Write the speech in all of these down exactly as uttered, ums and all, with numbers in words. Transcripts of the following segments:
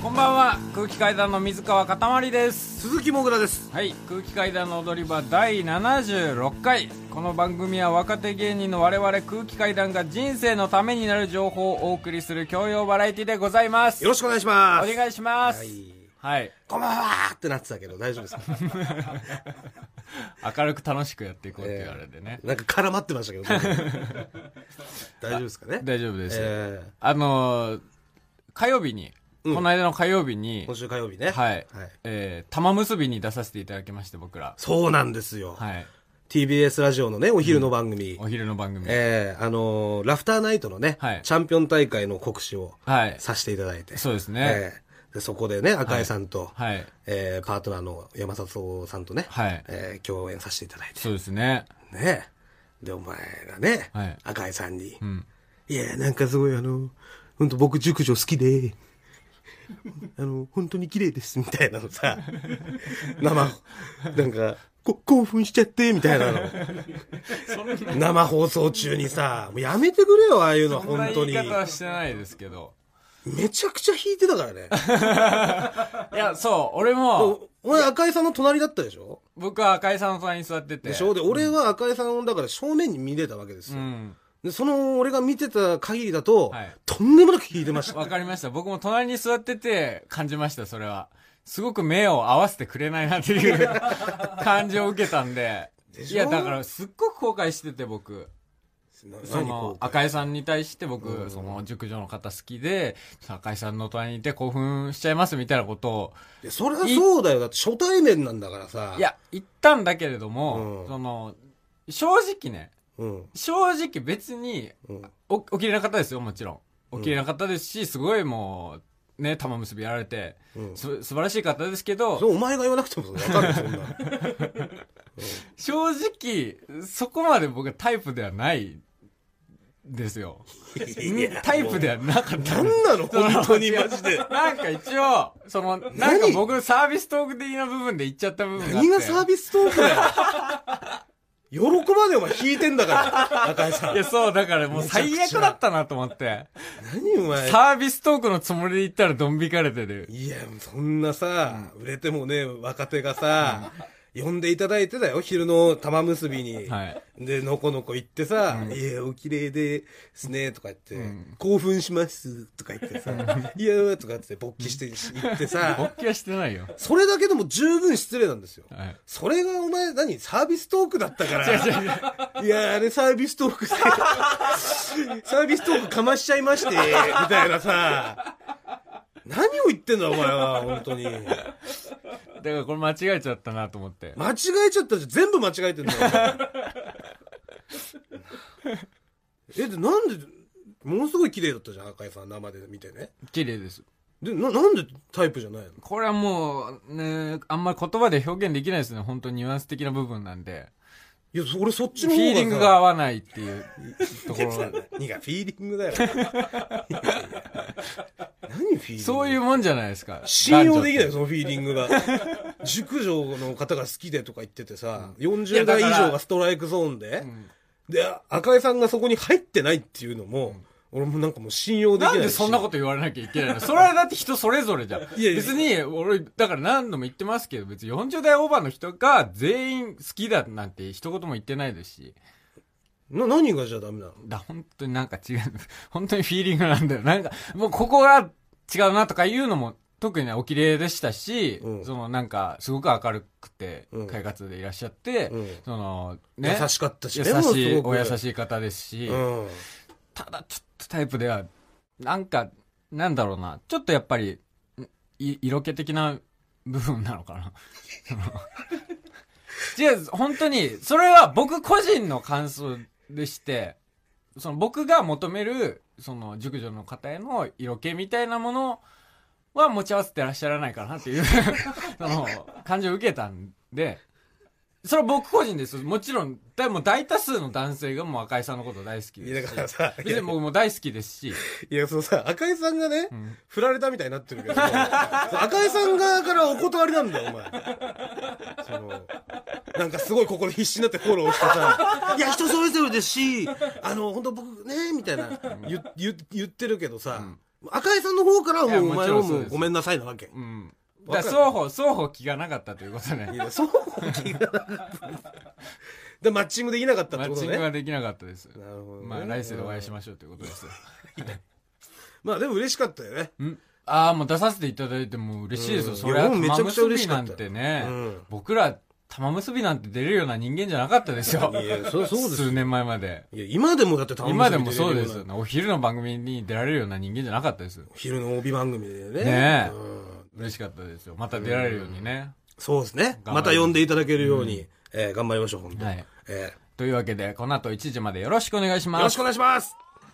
こんばんは、空気階段の水川かたまりです。 鈴木もぐらです。 はい、空気階段の踊り場だいななじゅうろっかい。この番組は若手芸人の我々空気階段が人生のためになる情報をお送りする教養バラエティでございます。 よろしくお願いします。 お願いします。 はい、 はい、 こんばんはってなってたけど大丈夫ですか？ 明るく楽しくやっていこうって言われてね、 えー、なんか絡まってましたけど大丈夫ですかね？ 大丈夫です、 えー、 あのー、火曜日にうん、この間の火曜日に今週火曜日ね、 はい、はい、えー、玉結びに出させていただきまして、僕ら。 そうなんですよ、 はい、 ティービーエス ラジオのねお昼の番組、 うん、お昼の番組、 えー、あのー、ラフターナイトのね、はい、チャンピオン大会の告知をさせていただいて、 そうですね、 えー、でそこでね赤井さんと、 はい、 えー、パートナーの山里さんとね、はい、えー、共演させていただいて、 そうですね、 ねでお前がね、はい、赤井さんに、うん、いやなんかすごいあの本当僕熟女好きであの本当に綺麗ですみたいなのさ生なんかこ興奮しちゃってみたいなの生放送中にさ、もうやめてくれよああいうの。本当にそんな言い方はしてないですけど、 めちゃくちゃ弾いてたからねいやそう俺も俺赤井さんの隣だったでしょ。 僕は赤井さんの隣に座っててでしょ。で俺は赤井さんをだから正面に見れたわけですよ、うん、でその俺が見てた限りだと、はい、とんでもなく弾いてました。 わかりました。僕も隣に座ってて感じました。それはすごく目を合わせてくれないなっていう感じを受けたんで、いやだからすっごく後悔してて、僕その赤井さんに対して僕、うん、その熟女の方好きで赤井さんの隣にいて興奮しちゃいますみたいなことを。 いやそれはそうだよ。だって初対面なんだからさ。 いや言ったんだけれども、うん、その正直ね、うん、正直別に、うん、お, お綺麗な方ですよ、もちろんお綺麗な方ですし、すごいもうね玉結びやられて、うん、す素晴らしい方ですけど、 そうお前が言わなくても分かるよそんな、うん、 正直そこまで僕はタイプではないですよ。タイプではなかった。 何なの本当にマジで。 なんか一応そのなんか僕サービストーク的な部分で言っちゃった部分があって。 何がサービストークだよ喜ばでお前弾いてんだから赤井さん。 いやそうだからもう最悪だったなと思って。 何お前サービストークのつもりで言ったらドン引かれてる。 いやそんなさ、うん、売れてもね若手がさ、うん、呼んでいただいてたよ昼の玉結びに、はい、でのこのこ行ってさ、うん、いやお綺麗ですねとか言って、うん、興奮しますとか言ってさ、うん、いやとかって勃起して言ってさ勃起はしてないよ。 それだけでも十分失礼なんですよ、はい、それがお前何サービストークだったから違う違う違ういやあれサービストークでサービストークかましちゃいましてみたいなさ何を言ってんだお前は本当に。だからこれ間違えちゃったなと思って。 間違えちゃったじゃん。全部間違えてんだよえでなんでものすごい綺麗だったじゃん赤井さん生で見てね。 綺麗です。 で な, なんでタイプじゃないの？ これはもうねあんまり言葉で表現できないですね。本当にニュアンス的な部分なんで。 いや俺そっちの方がフィーリングが合わないっていうところ何がフィーリングだよいやいや何フィーリング。 そういうもんじゃないですか。 信用できないよそのフィーリングが熟女の方が好きでとか言っててさ、うん、よんじゅう代以上がストライクゾーンで、うん、で赤井さんがそこに入ってないっていうのも、うん、俺もなんかもう信用できないし。 なんでそんなこと言われなきゃいけないの？それはだって人それぞれじゃん。いやいや別に俺だから何度も言ってますけど、別によんじゅう代オーバーの人が全員好きだなんて一言も言ってないですし。 な何がじゃあダメなの？ だ本当になんか違う本当にフィーリングなんだよ。なんかもうここが違うなとかいうのも特にねお綺麗でしたし、うん、そのなんかすごく明るくて快活でいらっしゃって、うん、そのね優しかったし、ね、 優しいお優しい方ですし、うん、ただちょっとタイプではなんかなんだろうな、ちょっとやっぱり色気的な部分なのかな違う本当にそれは僕個人の感想でして、その僕が求めるその熟女の方への色気みたいなものは持ち合わせてらっしゃらないかなっていうその感じを受けたんで、それは僕個人です。もちろんだもう大多数の男性がもう赤井さんのこと大好きですし、いやだからさ別に僕も大好きですし、 いやそのさ赤井さんがね、うん、振られたみたいになってるけど赤井さん側からお断りなんだよお前そのなんかすごいここで必死になってフォローしてさいや人それぞれですしあの本当僕ねみたいな言, 言, 言ってるけどさ、うん、 赤井さんの方からはもういやお前はもちろんそうですもうごめんなさいなわけ。 うん。だから双方、双方気がなかったということね。 いや、双方気がなかった。でマッチングできなかったってことね。 マッチングはできなかったです。 なるほど、ね。 まあ来世でお会いしましょうということです。 まあでも嬉しかったよね。 んああ、もう出させていただいても嬉しいですよ。 うん、 それはめちゃくちゃ嬉しかった。 玉結びなんてね、うん、僕ら玉結びなんて出れるような人間じゃなかったですよ。 いや、そうそうです。 数年前まで。 いや、今でもだって玉結び出れるような。今でもそうですよね。お昼の番組に出られるような人間じゃなかったです。 お昼の帯番組でね。 ねえ、うん。嬉しかったですよ。また出られるようにね。 うん、そうですね。また呼んでいただけるように、うん、えー、頑張りましょう、本当に。はい。 えーというわけで、この後いちじまでよろしくお願いします。 よろしくお願いします。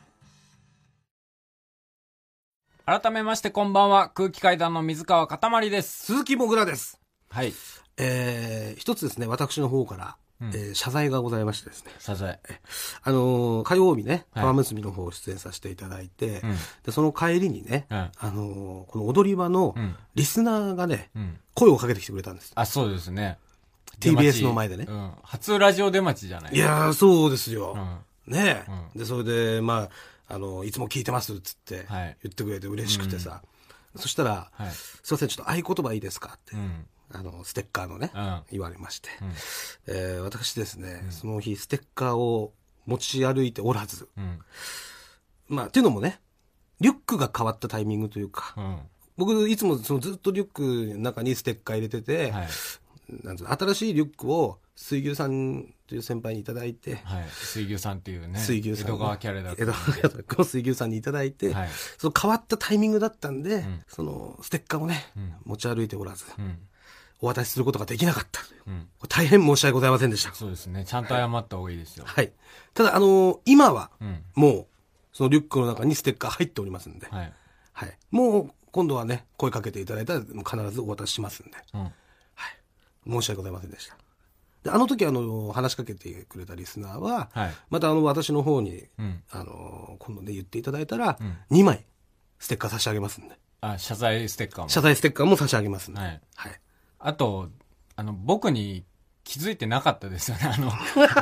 改めましてこんばんは。空気階段の水川かたまりです。 鈴木もぐらです。 はい。 えー、一つですね、私の方から、うん、えー、謝罪がございましてですね。 謝罪。 あのー、火曜日ね、玉結びの方を出演させていただいて、うん、でその帰りにね、うん、あのー、この踊り場のリスナーがね、うん、声をかけてきてくれたんです。 あ、そうですね。 ティービーエス の前でね、 うん。初ラジオ出待ちじゃない。 いやー、そうですよ。うん、ねえ、 うん。 で、それで、まあ、あの、いつも聞いてますっつって言ってくれて嬉しくてさ。うん、そしたら、はい、すいません、ちょっと合言葉いいですかって、うん、あの、ステッカーのね、うん、言われまして。うん、えー、私ですね、うん、その日、ステッカーを持ち歩いておらず。うん、まあ、っていうのもね、リュックが変わったタイミングというか、うん、僕、いつもそのずっとリュックの中にステッカー入れてて、はい、なんつうの新しいリュックを水牛さんという先輩にいただいて、 はい、水牛さんっていうね、 水牛さん、 江戸川キャレだった、 江戸川キャレだ水牛さんにいただいて、はい、その変わったタイミングだったんで、うん、そのステッカーをね、うん、持ち歩いておらず、うん、お渡しすることができなかった、うん、大変申し訳ございませんでした。 そうですね、ちゃんと謝った方がいいですよ。 はい、ただあのー、今は、うん、もうそのリュックの中にステッカー入っておりますんで、はい、はい、もう今度はね声かけていただいたら必ずお渡ししますんで、うん、はい、申し訳ございませんでした。であの時あの話しかけてくれたリスナーは、はい、またあの私の方に、うん、あの今度ね言っていただいたら、うん、にまいステッカー差し上げますんで。 あ、謝罪ステッカーも。 謝罪ステッカーも差し上げますんで。はい。 はい、あと、あの、僕に気づいてなかったですよね、あの、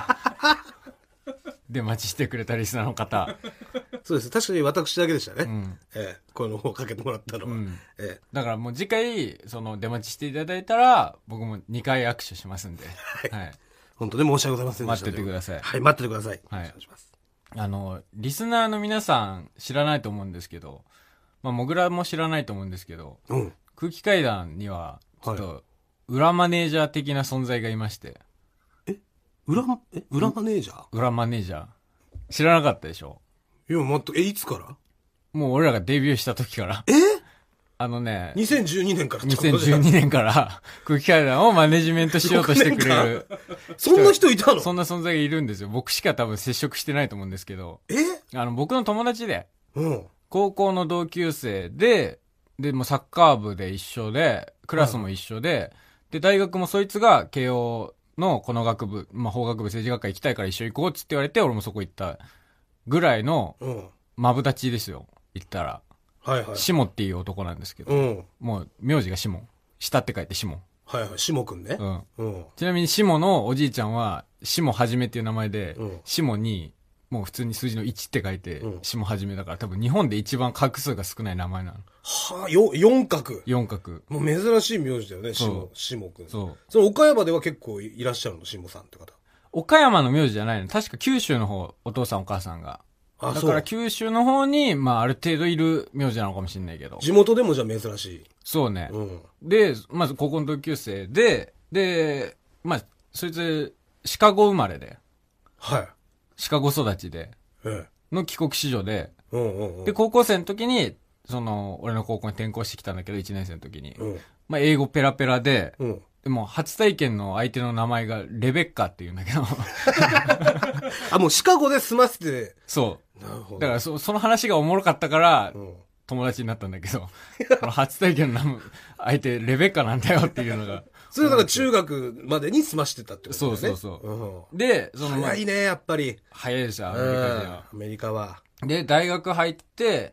で待ちしてくれたリスナーの方。 そうです。確かに私だけでしたね。うん、ええ、この方かけてもらったのは。うん、 ええ、だからもう次回、その出待ちしていただいたら、僕もにかい握手しますんで。 はい。はい、本当に申し訳ございませんでした。 待っててください。 はい、待っててください。 はい。お願いします。あの、リスナーの皆さん知らないと思うんですけど、まあ、もぐらも知らないと思うんですけど、うん、空気階段には、ちょっと、裏マネージャー的な存在がいまして。 え裏、え裏マネージャー裏マネージャー。知らなかったでしょ？ いや、まっと、え、いつから？ もう俺らがデビューした時から。 えあのね。 にせんじゅうにねんからにせんじゅうにねんから空気階段をマネジメントしようとしてくれる。 そんな人いたの？ そんな存在がいるんですよ。僕しか多分接触してないと思うんですけど。 えあの、僕の友達で。 うん。 高校の同級生で、で、もうサッカー部で一緒で、クラスも一緒で、はい、で、大学もそいつが慶応のこの学部、まあ、法学部政治学科行きたいから一緒行こうっつって言われて、俺もそこ行ったぐらいの、マブダチですよ、言ったら。 はいはい。 シモっていう男なんですけど、うん、もう、名字がシモ。下って書いてシモ。 はいはい、シモくんね。 うん。うん、ちなみにシモのおじいちゃんは、シモはじめっていう名前で、うん、シモに、もう普通に数字のいちって書いて、うん、下はじめだから多分日本で一番画数が少ない名前なの。 はあ、よ、四角。 四角。 もう珍しい名字だよね、下、下くん。そう。その岡山では結構いらっしゃるの、下さんって方。 岡山の名字じゃないの。確か九州の方、お父さんお母さんが。あ、だから九州の方に、まあある程度いる名字なのかもしれないけど。 地元でもじゃあ珍しい。 そうね。うん、で、まず高校の同級生で、で、まあ、そいつ、シカゴ生まれで。 はい。 シカゴ育ちで。の帰国子女で、 うんうんうん、 で、高校生の時に、その、俺の高校に転校してきたんだけど、いちねん生の時に。 うん、 まあ、英語ペラペラで、うん、でも、初体験の相手の名前がレベッカって言うんだけど。 あ、もうシカゴで済ませて。 そう。なるほど。だからそ、その話がおもろかったから、うん、友達になったんだけど、この初体験の相手、レベッカなんだよっていうのが。 それだから中学までに済ましてたってことだよね。 そうそうそう。うん、で、 その、早いね、やっぱり。 早いでしょ、アメリカでは。 アメリカは。 で、大学入って、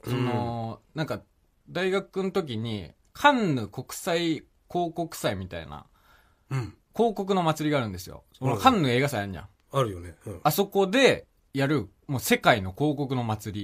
その、うん、なんか、大学の時に、カンヌ国際広告祭みたいな、 うん、 広告の祭りがあるんですよ。そのカンヌ映画祭あるじゃん。 あるよね。うん、 あそこでやる、もう世界の広告の祭り。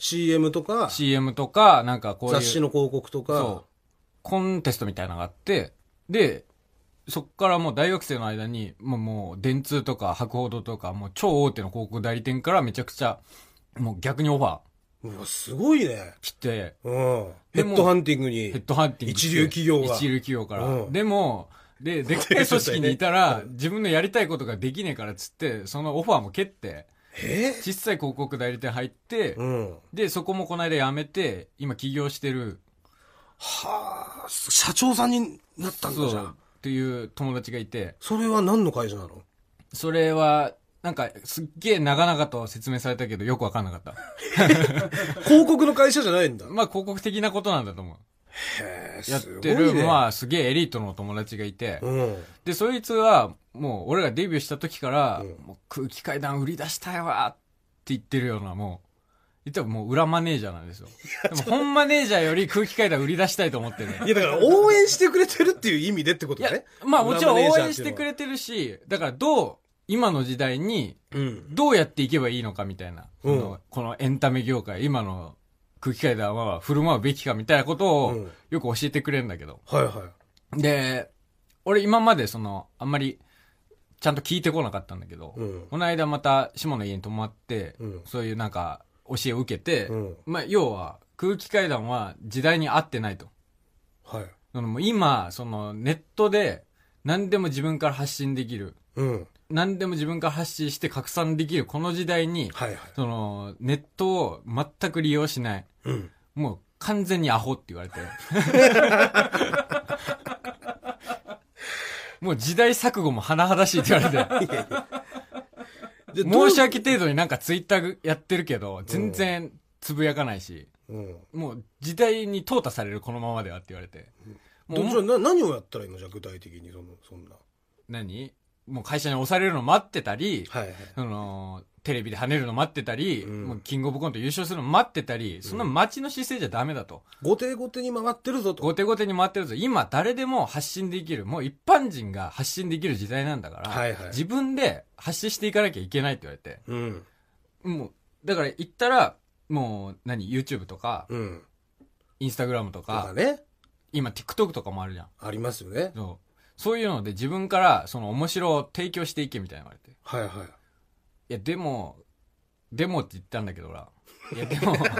シーエム とかシーエム とかなんかこういう雑誌の広告とかそうコンテストみたいなのがあって、でそっからもう大学生の間にもうもう電通とか博報堂とかもう超大手の広告代理店からめちゃくちゃもう逆にオファーうわすごいね来て、 うん、ヘッドハンティングにヘッドハンティング一流企業が一流企業から、 うん、 でもででっかい組織にいたら自分のやりたいことができねえからっつってそのオファーも蹴ってえ小さい広告代理店入って、うん、でそこもこの間辞めて今起業してるはあ社長さんになったんだじゃんっていう友達がいて、 それは何の会社なの？ それはなんかすっげえ長々と説明されたけどよく分かんなかった広告の会社じゃないんだ。 まあ広告的なことなんだと思う。 へえ、 やってる、ね、まあすげえエリートの友達がいて、うん、でそいつはもう俺がデビューした時から、うん、もう空気階段売り出したよわって言ってるようなもう言ったらもう裏マネージャーなんですよ。でも本マネージャーより空気階段売り出したいと思ってる。 いやだから応援してくれてるっていう意味でってことね。 まあもちろん応援してくれてるし、だからどう今の時代にどうやっていけばいいのかみたいな、うん、このこのエンタメ業界今の空気階段は振る舞うべきかみたいなことをよく教えてくれるんだけど、 うん、はいはい。 で俺今までそのあんまりちゃんと聞いてこなかったんだけど、うん、この間また下の家に泊まって、うん、そういうなんか教えを受けて、うん、まあ要は空気階段は時代に合ってないと。 はい。 そのもう今そのネットで何でも自分から発信できる、うん、何でも自分から発信して拡散できるこの時代に、はいはい、そのネットを全く利用しない、うん、もう完全にアホって言われて。もう時代錯誤も甚だしいって言われて。いやいや申し訳程度になんかツイッターやってるけど全然つぶやかないし、うん、もう時代に淘汰されるこのままではって言われて、 うん、もうな何をやったらいいのじゃあ具体的にそのそんな何もう会社に押されるの待ってたり、はいはい、そのテレビで跳ねるの待ってたり、うん、もうキングオブコント優勝するの待ってたり、そんな待ちの姿勢じゃダメだと。 後手後手に回ってるぞと。 後手後手に回ってるぞ。今誰でも発信できる、もう一般人が発信できる時代なんだから、はいはい、自分で発信していかなきゃいけないって言われて、うん、もうだから言ったらもう何 YouTube とか、うん、Instagram とか、ね、今 TikTok とかもあるじゃん。 ありますよね。 そう、そういうので自分からその面白を提供していけみたいな言われて、 はいはい。 いやでもでもって言ったんだけど俺いやでもでもだ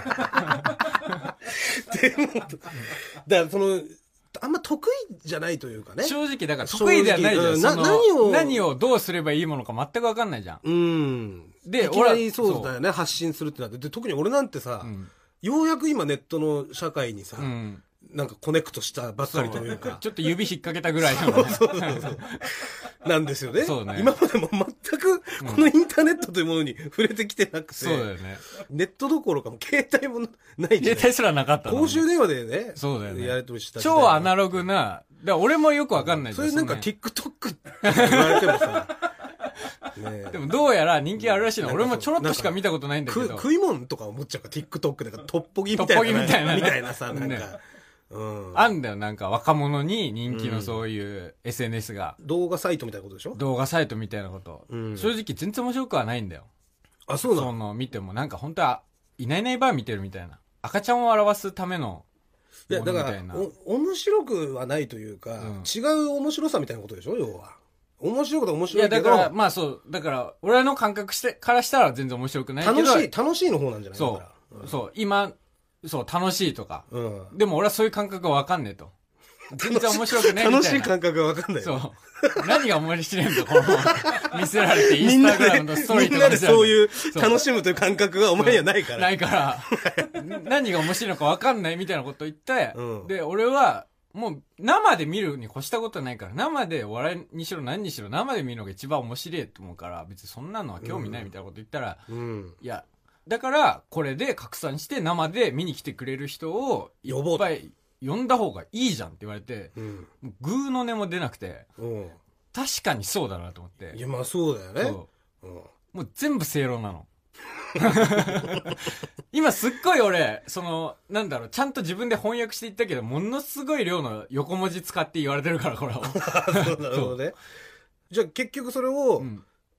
からそのあんま得意じゃないというかね、 正直だから得意ではないじゃん。な何を何をどうすればいいものか全く分かんないじゃん。 うんで俺そうだよね、発信するってなって。で特に俺なんてさ、うん、ようやく今ネットの社会にさ、うんなんかコネクトしたばっかりというかちょっと指引っ掛けたぐらいの、ね、そうそうそうなんですよ ね, そうね。今までも全くこのインターネットというものに触れてきてなくて、 そうだよね、 ネットどころかも携帯もないじゃん。携帯すらなかったの、ね、 公衆電話でね、 そうだよね、 やり取りした超アナログな。だから俺もよくわかんないじゃん。 それなんか TikTok って言われてもさね、でもどうやら人気あるらしいの。俺もちょろっとしか見たことないんだけど、 食い物とか思っちゃうから TikTok でかトッポギみたいなトッポギみたいな、ね、みたいなさなんか、ね、うん、あんだよなんか若者に人気のそういう エスエヌエス が、 うん、動画サイトみたいなことでしょ。 動画サイトみたいなこと、うん、正直全然面白くはないんだよ。 あ、そうなの。 その見てもなんか本当はいないいないばあ見てるみたいな、赤ちゃんを表すためのいやだからお面白くはないというか、うん、違う面白さみたいなことでしょ。要は面白いことは面白いけど、いやだからまあそうだから俺の感覚してからしたら全然面白くないけど、 楽しい楽しいの方なんじゃない。 そう、 だから、 うん、そう今そう楽しいとか、うん、でも俺はそういう感覚が分かんねえと。全然面白くねえみたいな。 楽しい感覚が分かんない。 そう何が面白いんだこの見せられてインスタグラムのストーリーとかみんなでそういう楽しむという感覚がお前にはないからないから何が面白いのか分かんないみたいなことを言って、うん、で俺はもう生で見るに越したことないから、生で笑いにしろ何にしろ生で見るのが一番面白いと思うから、別にそんなのは興味ないみたいなこと言ったら、うん、いやだからこれで拡散して生で見に来てくれる人をいっぱい呼んだ方がいいじゃんって言われて、うん、グーの音も出なくて、うん、確かにそうだなと思って。 いやまあそうだよね。そう、 うん、もう全部正論なの今すっごい俺そのなんだろうちゃんと自分で翻訳していったけど、ものすごい量の横文字使って言われてるからこれをそうなるほどね。じゃあ結局それを、うん、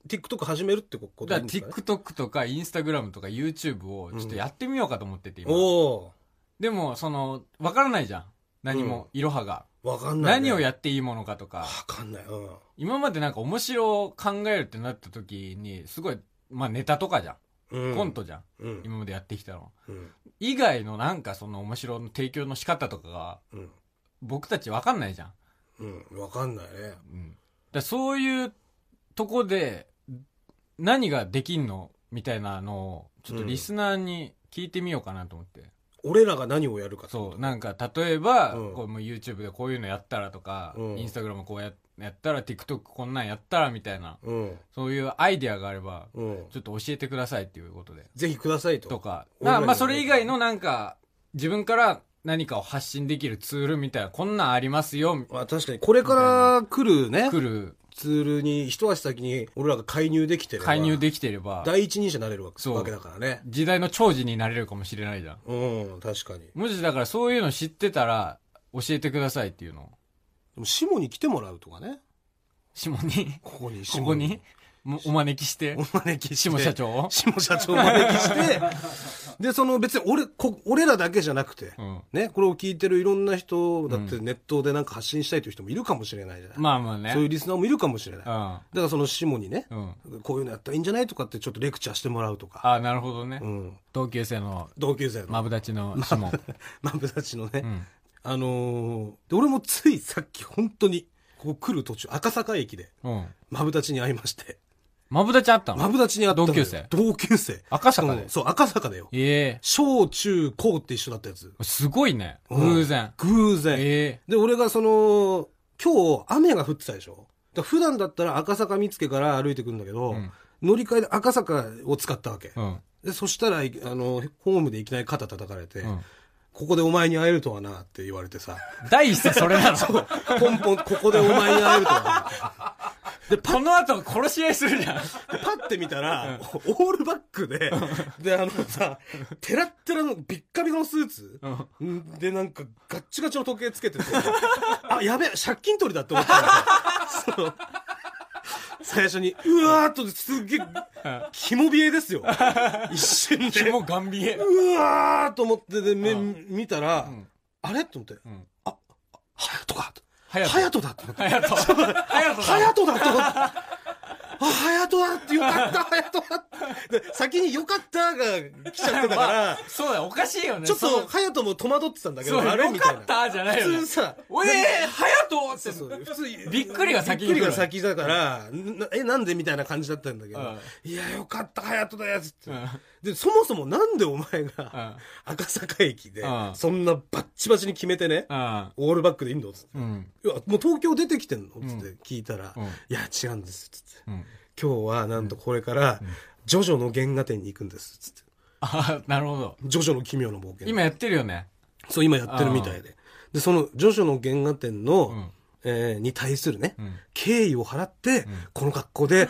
TikTok 始めるってことでいいんですかね。だから TikTok とか Instagram とか YouTube をちょっとやってみようかと思ってて、今。 うん、おでも、その、わからないじゃん。何も、いろはが。 わかんない、 ね。何をやっていいものかとか。わかんない。うん。 今までなんか面白を考えるってなった時に、すごい、まあネタとかじゃん。うん、コントじゃん、うん。今までやってきたの。うん、以外のなんかその面白の提供の仕方とかが、うん、僕たちわかんないじゃん。 うん、わかんないね。 うん。だそういうとこで、何ができんのみたいなのを、ちょっとリスナーに聞いてみようかなと思って。 俺らが何をやるか。 そう、なんか、例えば、うん、こうもう YouTube でこういうのやったらとか、うん、Instagram こうややったら、TikTok こんなんやったらみたいな、うん、そういうアイディアがあれば、うん、ちょっと教えてくださいっていうことで。 ぜひくださいと。 とか。まあ、まあ、それ以外のなんか、自分から何かを発信できるツールみたいな、こんなんありますよ。 まあ、確かに、これから来るね。 来る。 ツールに一足先に俺らが介入できてれば介入できてれば第一人者になれるわけだからね。 時代の寵児になれるかもしれないじゃん。 うん、確かに。 もしだからそういうの知ってたら教えてくださいっていうのを。 でも下に来てもらうとかね。 下にここに下にここにお招きして。 お招きして。 下社長下社長をお招きして。で、その別に俺、こ、俺らだけじゃなくて、うん、ね、これを聞いてるいろんな人だってネットでなんか発信したいという人もいるかもしれないじゃない。 まあまあね。 そういうリスナーもいるかもしれない。うん、だからその下にね、 うん、 こういうのやったらいいんじゃないとかってちょっとレクチャーしてもらうとか。 ああ、なるほどね。うん、同級生の。 同級生の。 マブダチの下。 マブダチのね。うん、あのー、で、俺もついさっき本当に、ここ来る途中、赤坂駅で、マブダチに会いまして。 マブダチあったの？ マブダチにあったの。 同級生同級生。 赤坂で、 うん、そう、赤坂だよ。 ええー。 小中高って一緒だったやつ。 すごいね。偶然。 うん、偶然。 ええー。 で、俺がその、今日雨が降ってたでしょ？だ普段だったら赤坂見附から歩いてくるんだけど、うん、乗り換えで赤坂を使ったわけ。うん、で、そしたら、あの、ホームでいきなり肩叩かれて、うん、ここでお前に会えるとはなって言われてさ。 第一声それなの？ そう。ポンポン、ここでお前に会えるとはな。 で、この後殺し合いするじゃん。 パッて見たら、うん、オールバックで、で、あのさ、テラッテラのビッカビカのスーツ、うん、で、なんかガッチガチの時計つけてて、あ、やべえ、借金取りだって思ったんだよ。その最初に、うわーっとすげえ、肝冷えですよ。一瞬で。 肝ガン冷え。 うわーと思ってで、目見たら、うん、あれと思って、うん、あ、ハヤトか。ハヤトだって思って。 ハヤト。ハヤトだ。 ハヤトだって思って。あ、ハヤトだってよかった、ハヤトだって。先によかったが来ちゃってたから。まあ、 そうだ、おかしいよね。 ちょっと、ハヤトも戸惑ってたんだけど、あれみたいな。 よかったじゃないよ、ね。 普通さ、 おえー、ハヤトって。 そうそう、普通、 びっくりが先に。 びっくりが先だから、え、なんでみたいな感じだったんだけど、いや、よかった、ハヤトだよ、つって。で、そもそもなんでお前が、赤坂駅で、そんなバッチバチに決めてね、オールバックでいいんだ、つって。いや、もう東京出てきてんのつって聞いたら、いや、違うんです、つって。今日はなんとこれから、ジョジョの原画展に行くんです、つって。 ああ、なるほど。 ジョジョの奇妙な冒険。 今やってるよね。 そう、今やってるみたいで。で、その、ジョジョの原画展の、うん、えー、に対するね、うん、敬意を払って、うん、この格好で、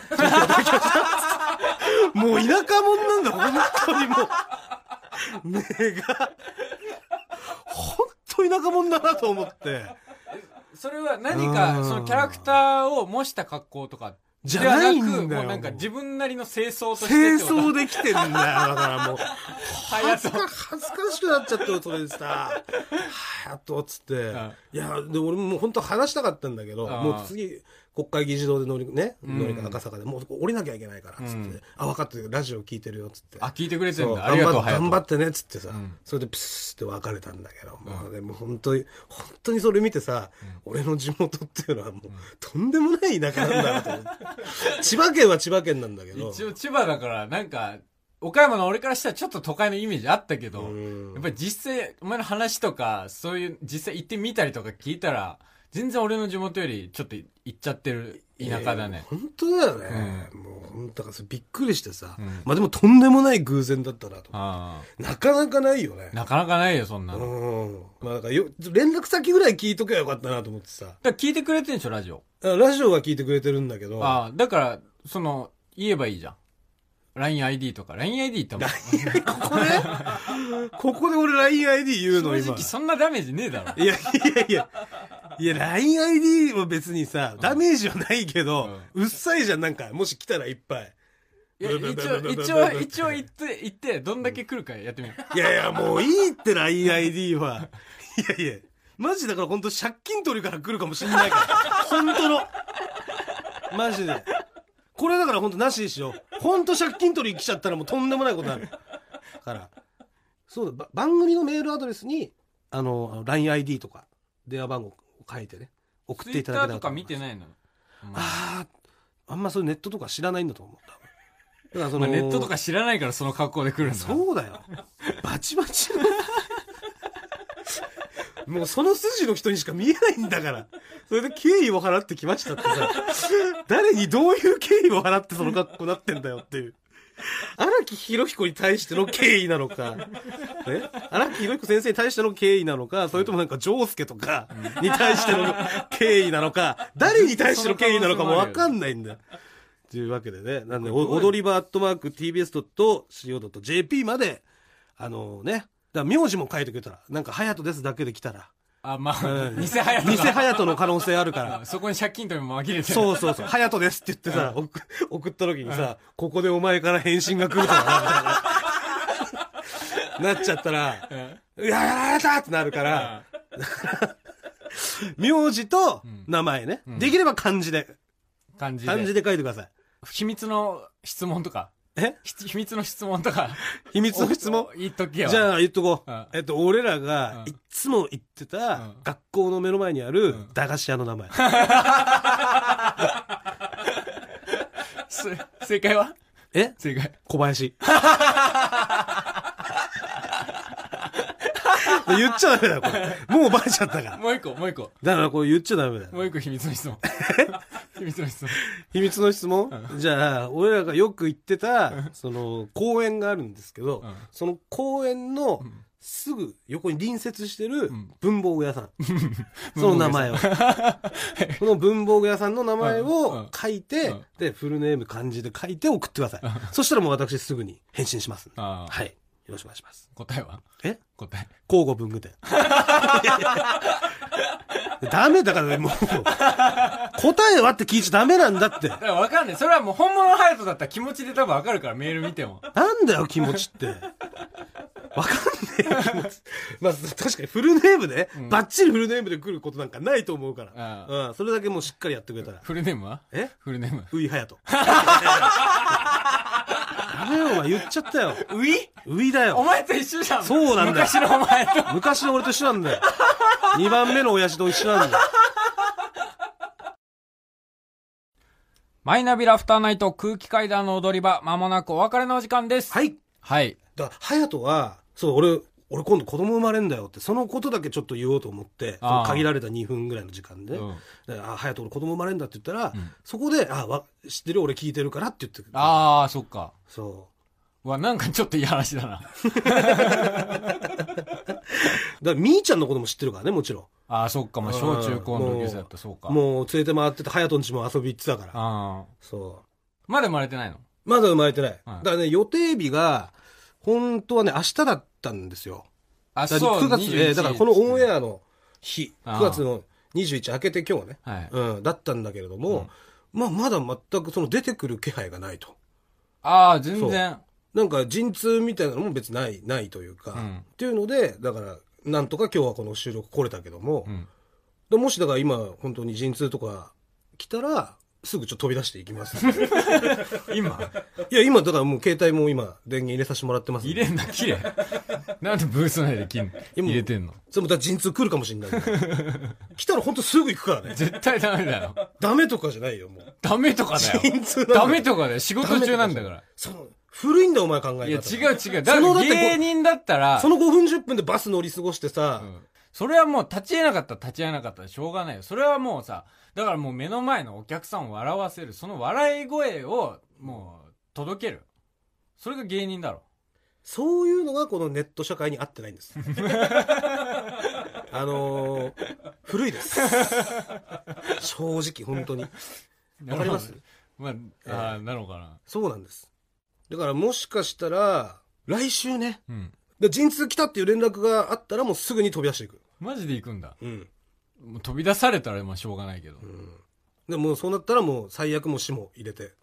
もう田舎者なんだ、本当にもう。目が、本当田舎者だなと思って。 それは何か、そのキャラクターを模した格好とか、 じゃないんだよ。 もうなんか自分なりの清掃として清掃できてるんだよ。だからもう、恥ずか、恥ずかしくなっちゃったよ、それでさ。はやっと、つって。いや、で、俺も本当話したかったんだけど、もう次、国会議事堂で乗り、ね、乗り赤坂で、もう降りなきゃいけないから、つって。あ、分かってる、ラジオ聞いてるよ、つって。 あ、聞いてくれてるんだ。ありがとう、 頑張ってね、つってさ。それでプスって別れたんだけど、もうでも本当に、本当にそれ見てさ、俺の地元っていうのはもう、とんでもない田舎なんだなと思って。千葉県は千葉県なんだけど。 一応千葉だから、なんか、岡山の俺からしたらちょっと都会のイメージあったけど、やっぱり実際、お前の話とか、そういう実際行ってみたりとか聞いたら、全然俺の地元よりちょっと行っちゃってる田舎だね。 本当だよね。うん、もう本当だからびっくりしてさ、うん、まあでもとんでもない偶然だったなと。なかなかないよね。 なかなかないよ、そんなの。 うん。まあだからよ、連絡先ぐらい聞いとけばよかったなと思ってさ。だから聞いてくれてんでしょ、ラジオ。 ラジオは聞いてくれてるんだけど。 ああ、だから、その、言えばいいじゃん。ラインアイディー とか。ラインアイディー ってもん。 ここでここで俺 ラインアイディー 言うの今。 正直そんなダメージねえだろ。 いやいやいや。 いや、ラインアイディー は別にさ、ダメージはないけど、うん、うっさいじゃん、なんか、もし来たらいっぱい。 いや、一応、一応、一応言って、言って、どんだけ来るかやってみよう。いやいや、もういいって ラインアイディー は。いやいや、マジだから本当借金取るから来るかもしんないから。本当の。マジで。これだから本当なしにしよう。本当借金取り来ちゃったらもうとんでもないことになる。から。そうだ、番組のメールアドレスに、あの、ラインアイディー とか、電話番号を書いてね、送っていただけたらと思います。 ツイッターとか見てないの？ ああ、あんまそういうネットとか知らないんだと思う。 だからその、まあ、ネットとか知らないからその格好で来るんだ。 そうだよ。バチバチの。もうその筋の人にしか見えないんだから。それで敬意を払ってきましたってさ、誰にどういう敬意を払ってその格好になってんだよっていう。荒木博彦に対しての敬意なのか、ね、荒木博彦先生に対しての敬意なのか、それともなんか丈介とかに対しての敬意なのか、誰に対しての敬意なのかもわかんないんだよ。というわけでね、なんで、踊り場アットマーク ティービーエスドットシーオードットジェーピー まで、あのね、だから名字も書いてくれたら、なんか隼人ですだけで来たら。 あ、まあ、うん、偽隼人。 偽隼人の可能性あるから。 そこに借金取りも紛れてる。 そうそうそう、隼人ですって言ってさ、送, 送った時にさ、ここでお前から返信が来るからな、みたいな。なっちゃったら、いや、やられたってなるから、名字と名前ね、うん、できれば漢字で。 漢字で。 漢字で書いてください。 秘密の質問とか。 え秘密の質問とか。 秘密の質問言っとけよ。 じゃあ言っとこう。うん、えっと、俺らがいつも行ってた学校の目の前にある駄菓子屋の名前。 うん、正解はえ正解。 小林。言っちゃダメだよ、これ。もうバレちゃったから。 もう一個、もう一個。 だからこれ言っちゃダメだよ。 もう一個秘密の質問。秘密の質問。 秘密の質問、うん、じゃあ、俺らがよく行ってた、その、公園があるんですけど、うん、その公園のすぐ横に隣接してる文房具屋さん。うん、その名前を。その文房具屋さんの名前を書いて、うん、で、フルネーム漢字で書いて送ってください。そしたらもう私すぐに返信します。はい。よろしくお願いします。 答えはえ答え。 交互文具店。ダメだからね、もう。答えはって聞いちゃダメなんだって。だからわかんない。それはもう本物の隼人だったら気持ちで多分わかるから、メール見ても。 なんだよ、気持ちって。わかんねえよ、気持ち。まあ、確かにフルネームで、うん、バッチリフルネームで来ることなんかないと思うから。うん。それだけもうしっかりやってくれたら。 フルネームはえフルネーム。 ういはやと。ダメよ、お前言っちゃったよ。 うい？ ういだよ。 お前と一緒じゃん。 そうなんだよ。 昔のお前と。 昔の俺と一緒なんだよ。にばんめの親父と一緒なんだよ。 マイナビラフターナイト空気階段の踊り場、まもなくお別れのお時間です。 はい。 はい。 だから、隼人は、そう、俺、俺今度子供生まれんだよって、そのことだけちょっと言おうと思って、その限られたにふんぐらいの時間で、うん、あ、隼人俺子供生まれんだって言ったら、うん、そこで、あ、わ、知ってる俺聞いてるからって言ってくる。 ああ、そっか。 そう。 うわ、なんかちょっといい話だな。 だから、みーちゃんのことも知ってるからね、もちろん。 ああ、そっか、まあ、小中高の同級生だったらそうか。 もう連れて回ってて、隼人んちも遊び行ってたから。 ああ。 そう。 まだ生まれてないの？ まだ生まれてない。はい、だからね、予定日が、本当はね、明日だったんですよ。 あ、そう。 くがつで、だからこのオンエアの日、くがつのにじゅういち明けて今日はね、はい、うん、だったんだけれども、うん、まあ、まだ全くその出てくる気配がないと。 ああ、全然。 なんか陣痛みたいなのも別にない、ないというか、うん、っていうので、だから、なんとか今日はこの収録来れたけども、うん、でもしだから今、本当に陣痛とか来たら、すぐちょっと飛び出していきます。 今いや、今、だからもう携帯も今、電源入れさせてもらってます。 入れんな、綺麗。なんでブース内で入れてんの？ それもだ陣痛来るかもしんない。来たらほんとすぐ行くからね。 絶対ダメだよ。 ダメとかじゃないよ、もう。 ダメとかだよ。 陣痛なんだよ。 ダメとかだよ。仕事中なんだから。 そう。古いんだお前考え方。 いや、違う違う。だから芸人だったら。 そのごふんじゅっぷんでバス乗り過ごしてさ、うん、 それはもう立ち会えなかったら立ち会えなかったらしょうがないよ。それはもうさ、だからもう目の前のお客さんを笑わせる。その笑い声をもう届ける。それが芸人だろ。 そういうのがこのネット社会に合ってないんです。あのー、古いです。正直、本当に。わかります？ まあ、えー、あなのかな。 そうなんです。だからもしかしたら、来週ね、うん、で陣痛来たっていう連絡があったらもうすぐに飛び出していく。 マジで行くんだ。 うん。 もう飛び出されたらまあしょうがないけど、うん、 でもそうなったらもう最悪もしも入れて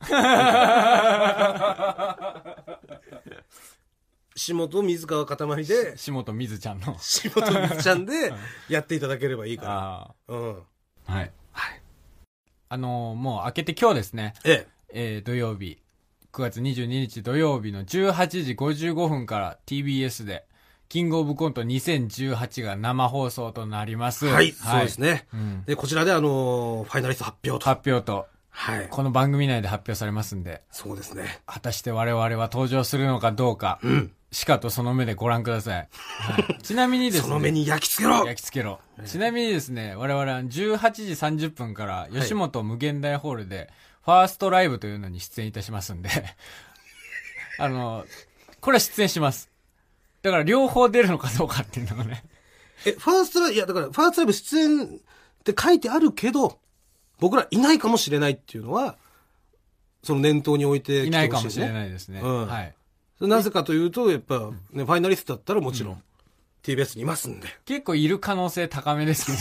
下と水川かたまりで下と水ちゃんの下と水ちゃんでやっていただければいいから、うん、 はい、はい、あのー、もう明けて今日ですね、えええー、土曜日くがつにじゅうににち土曜日のじゅうはちじごじゅうごふんから ティービーエス でキングオブコントにせんじゅうはちが生放送となります。 はい、はい、そうですね、うん、でこちらであのー、ファイナリスト発表と発表と、はい、この番組内で発表されますんで、 そうですね、 果たして我々は登場するのかどうか、うん、しかとその目でご覧ください、はい、ちなみにですね、 その目に焼き付けろ焼き付けろ、はい、ちなみにですね、我々はじゅうはちじさんじゅっぷんから吉本無限大ホールでファーストライブというのに出演いたしますんであのこれは出演します。だから両方出るのかどうかっていうのがね。 え、ファーストライブ、いやだからファーストライブ出演って書いてあるけど、僕らいないかもしれないっていうのは、その念頭に置いてきてほしい、ね。 いないかもしれないですね。うん、 はい。なぜかというと、やっぱ、ね、ファイナリストだったらもちろん、うん、ティービーエス にいますんで。 結構いる可能性高めですけど。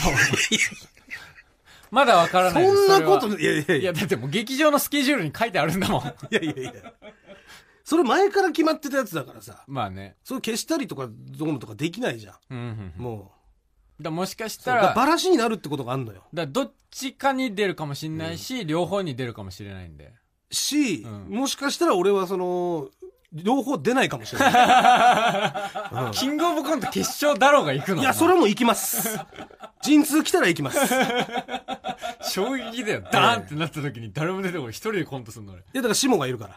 まだわからないです。 そんなこと、いやいやいや。 いや、だってもう劇場のスケジュールに書いてあるんだもん。いやいやいや。それ前から決まってたやつだからさ。 まあね。 それ消したりとかどうのとかできないじゃん。うんうんうん、もう。だもしかしたら。 バラシになるってことがあるのよ。 だどっちかに出るかもしれないし、うん、両方に出るかもしれないんで。 し、うん、もしかしたら俺はその、両方出ないかもしれない。 うん、キングオブコント決勝だろうが行くの？ いや、それも行きます。陣痛来たら行きます。 衝撃だよ。ダーンってなった時に誰も出てこない。一人でコントするの俺。いや、だからシモがいるから。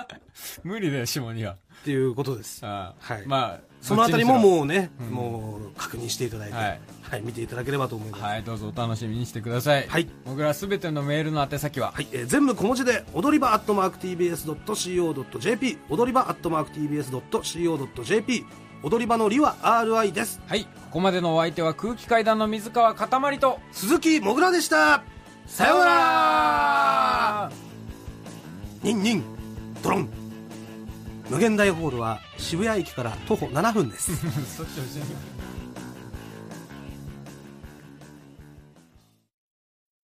無理だよ、シモには。 っていうことです。 ああ、 はい。 まあ、 そのあたりももうね、うん、もう確認していただいて、はい、はい、見ていただければと思います。 はい、どうぞお楽しみにしてください。はい。僕らすべてのメールの宛先は、 はい、えー、全部小文字で、踊り場アットマーク ティービーエスドットシーオードットジェーピー、踊り場アットマーク ティービーエスドットシーオードットジェーピー、踊り場のりは アールアイ です。 はい、ここまでのお相手は空気階段の水川かたまりと鈴木もぐらでした。さようなら。ニンニンドロン。無限大ホールは渋谷駅から徒歩ななふんです。そっち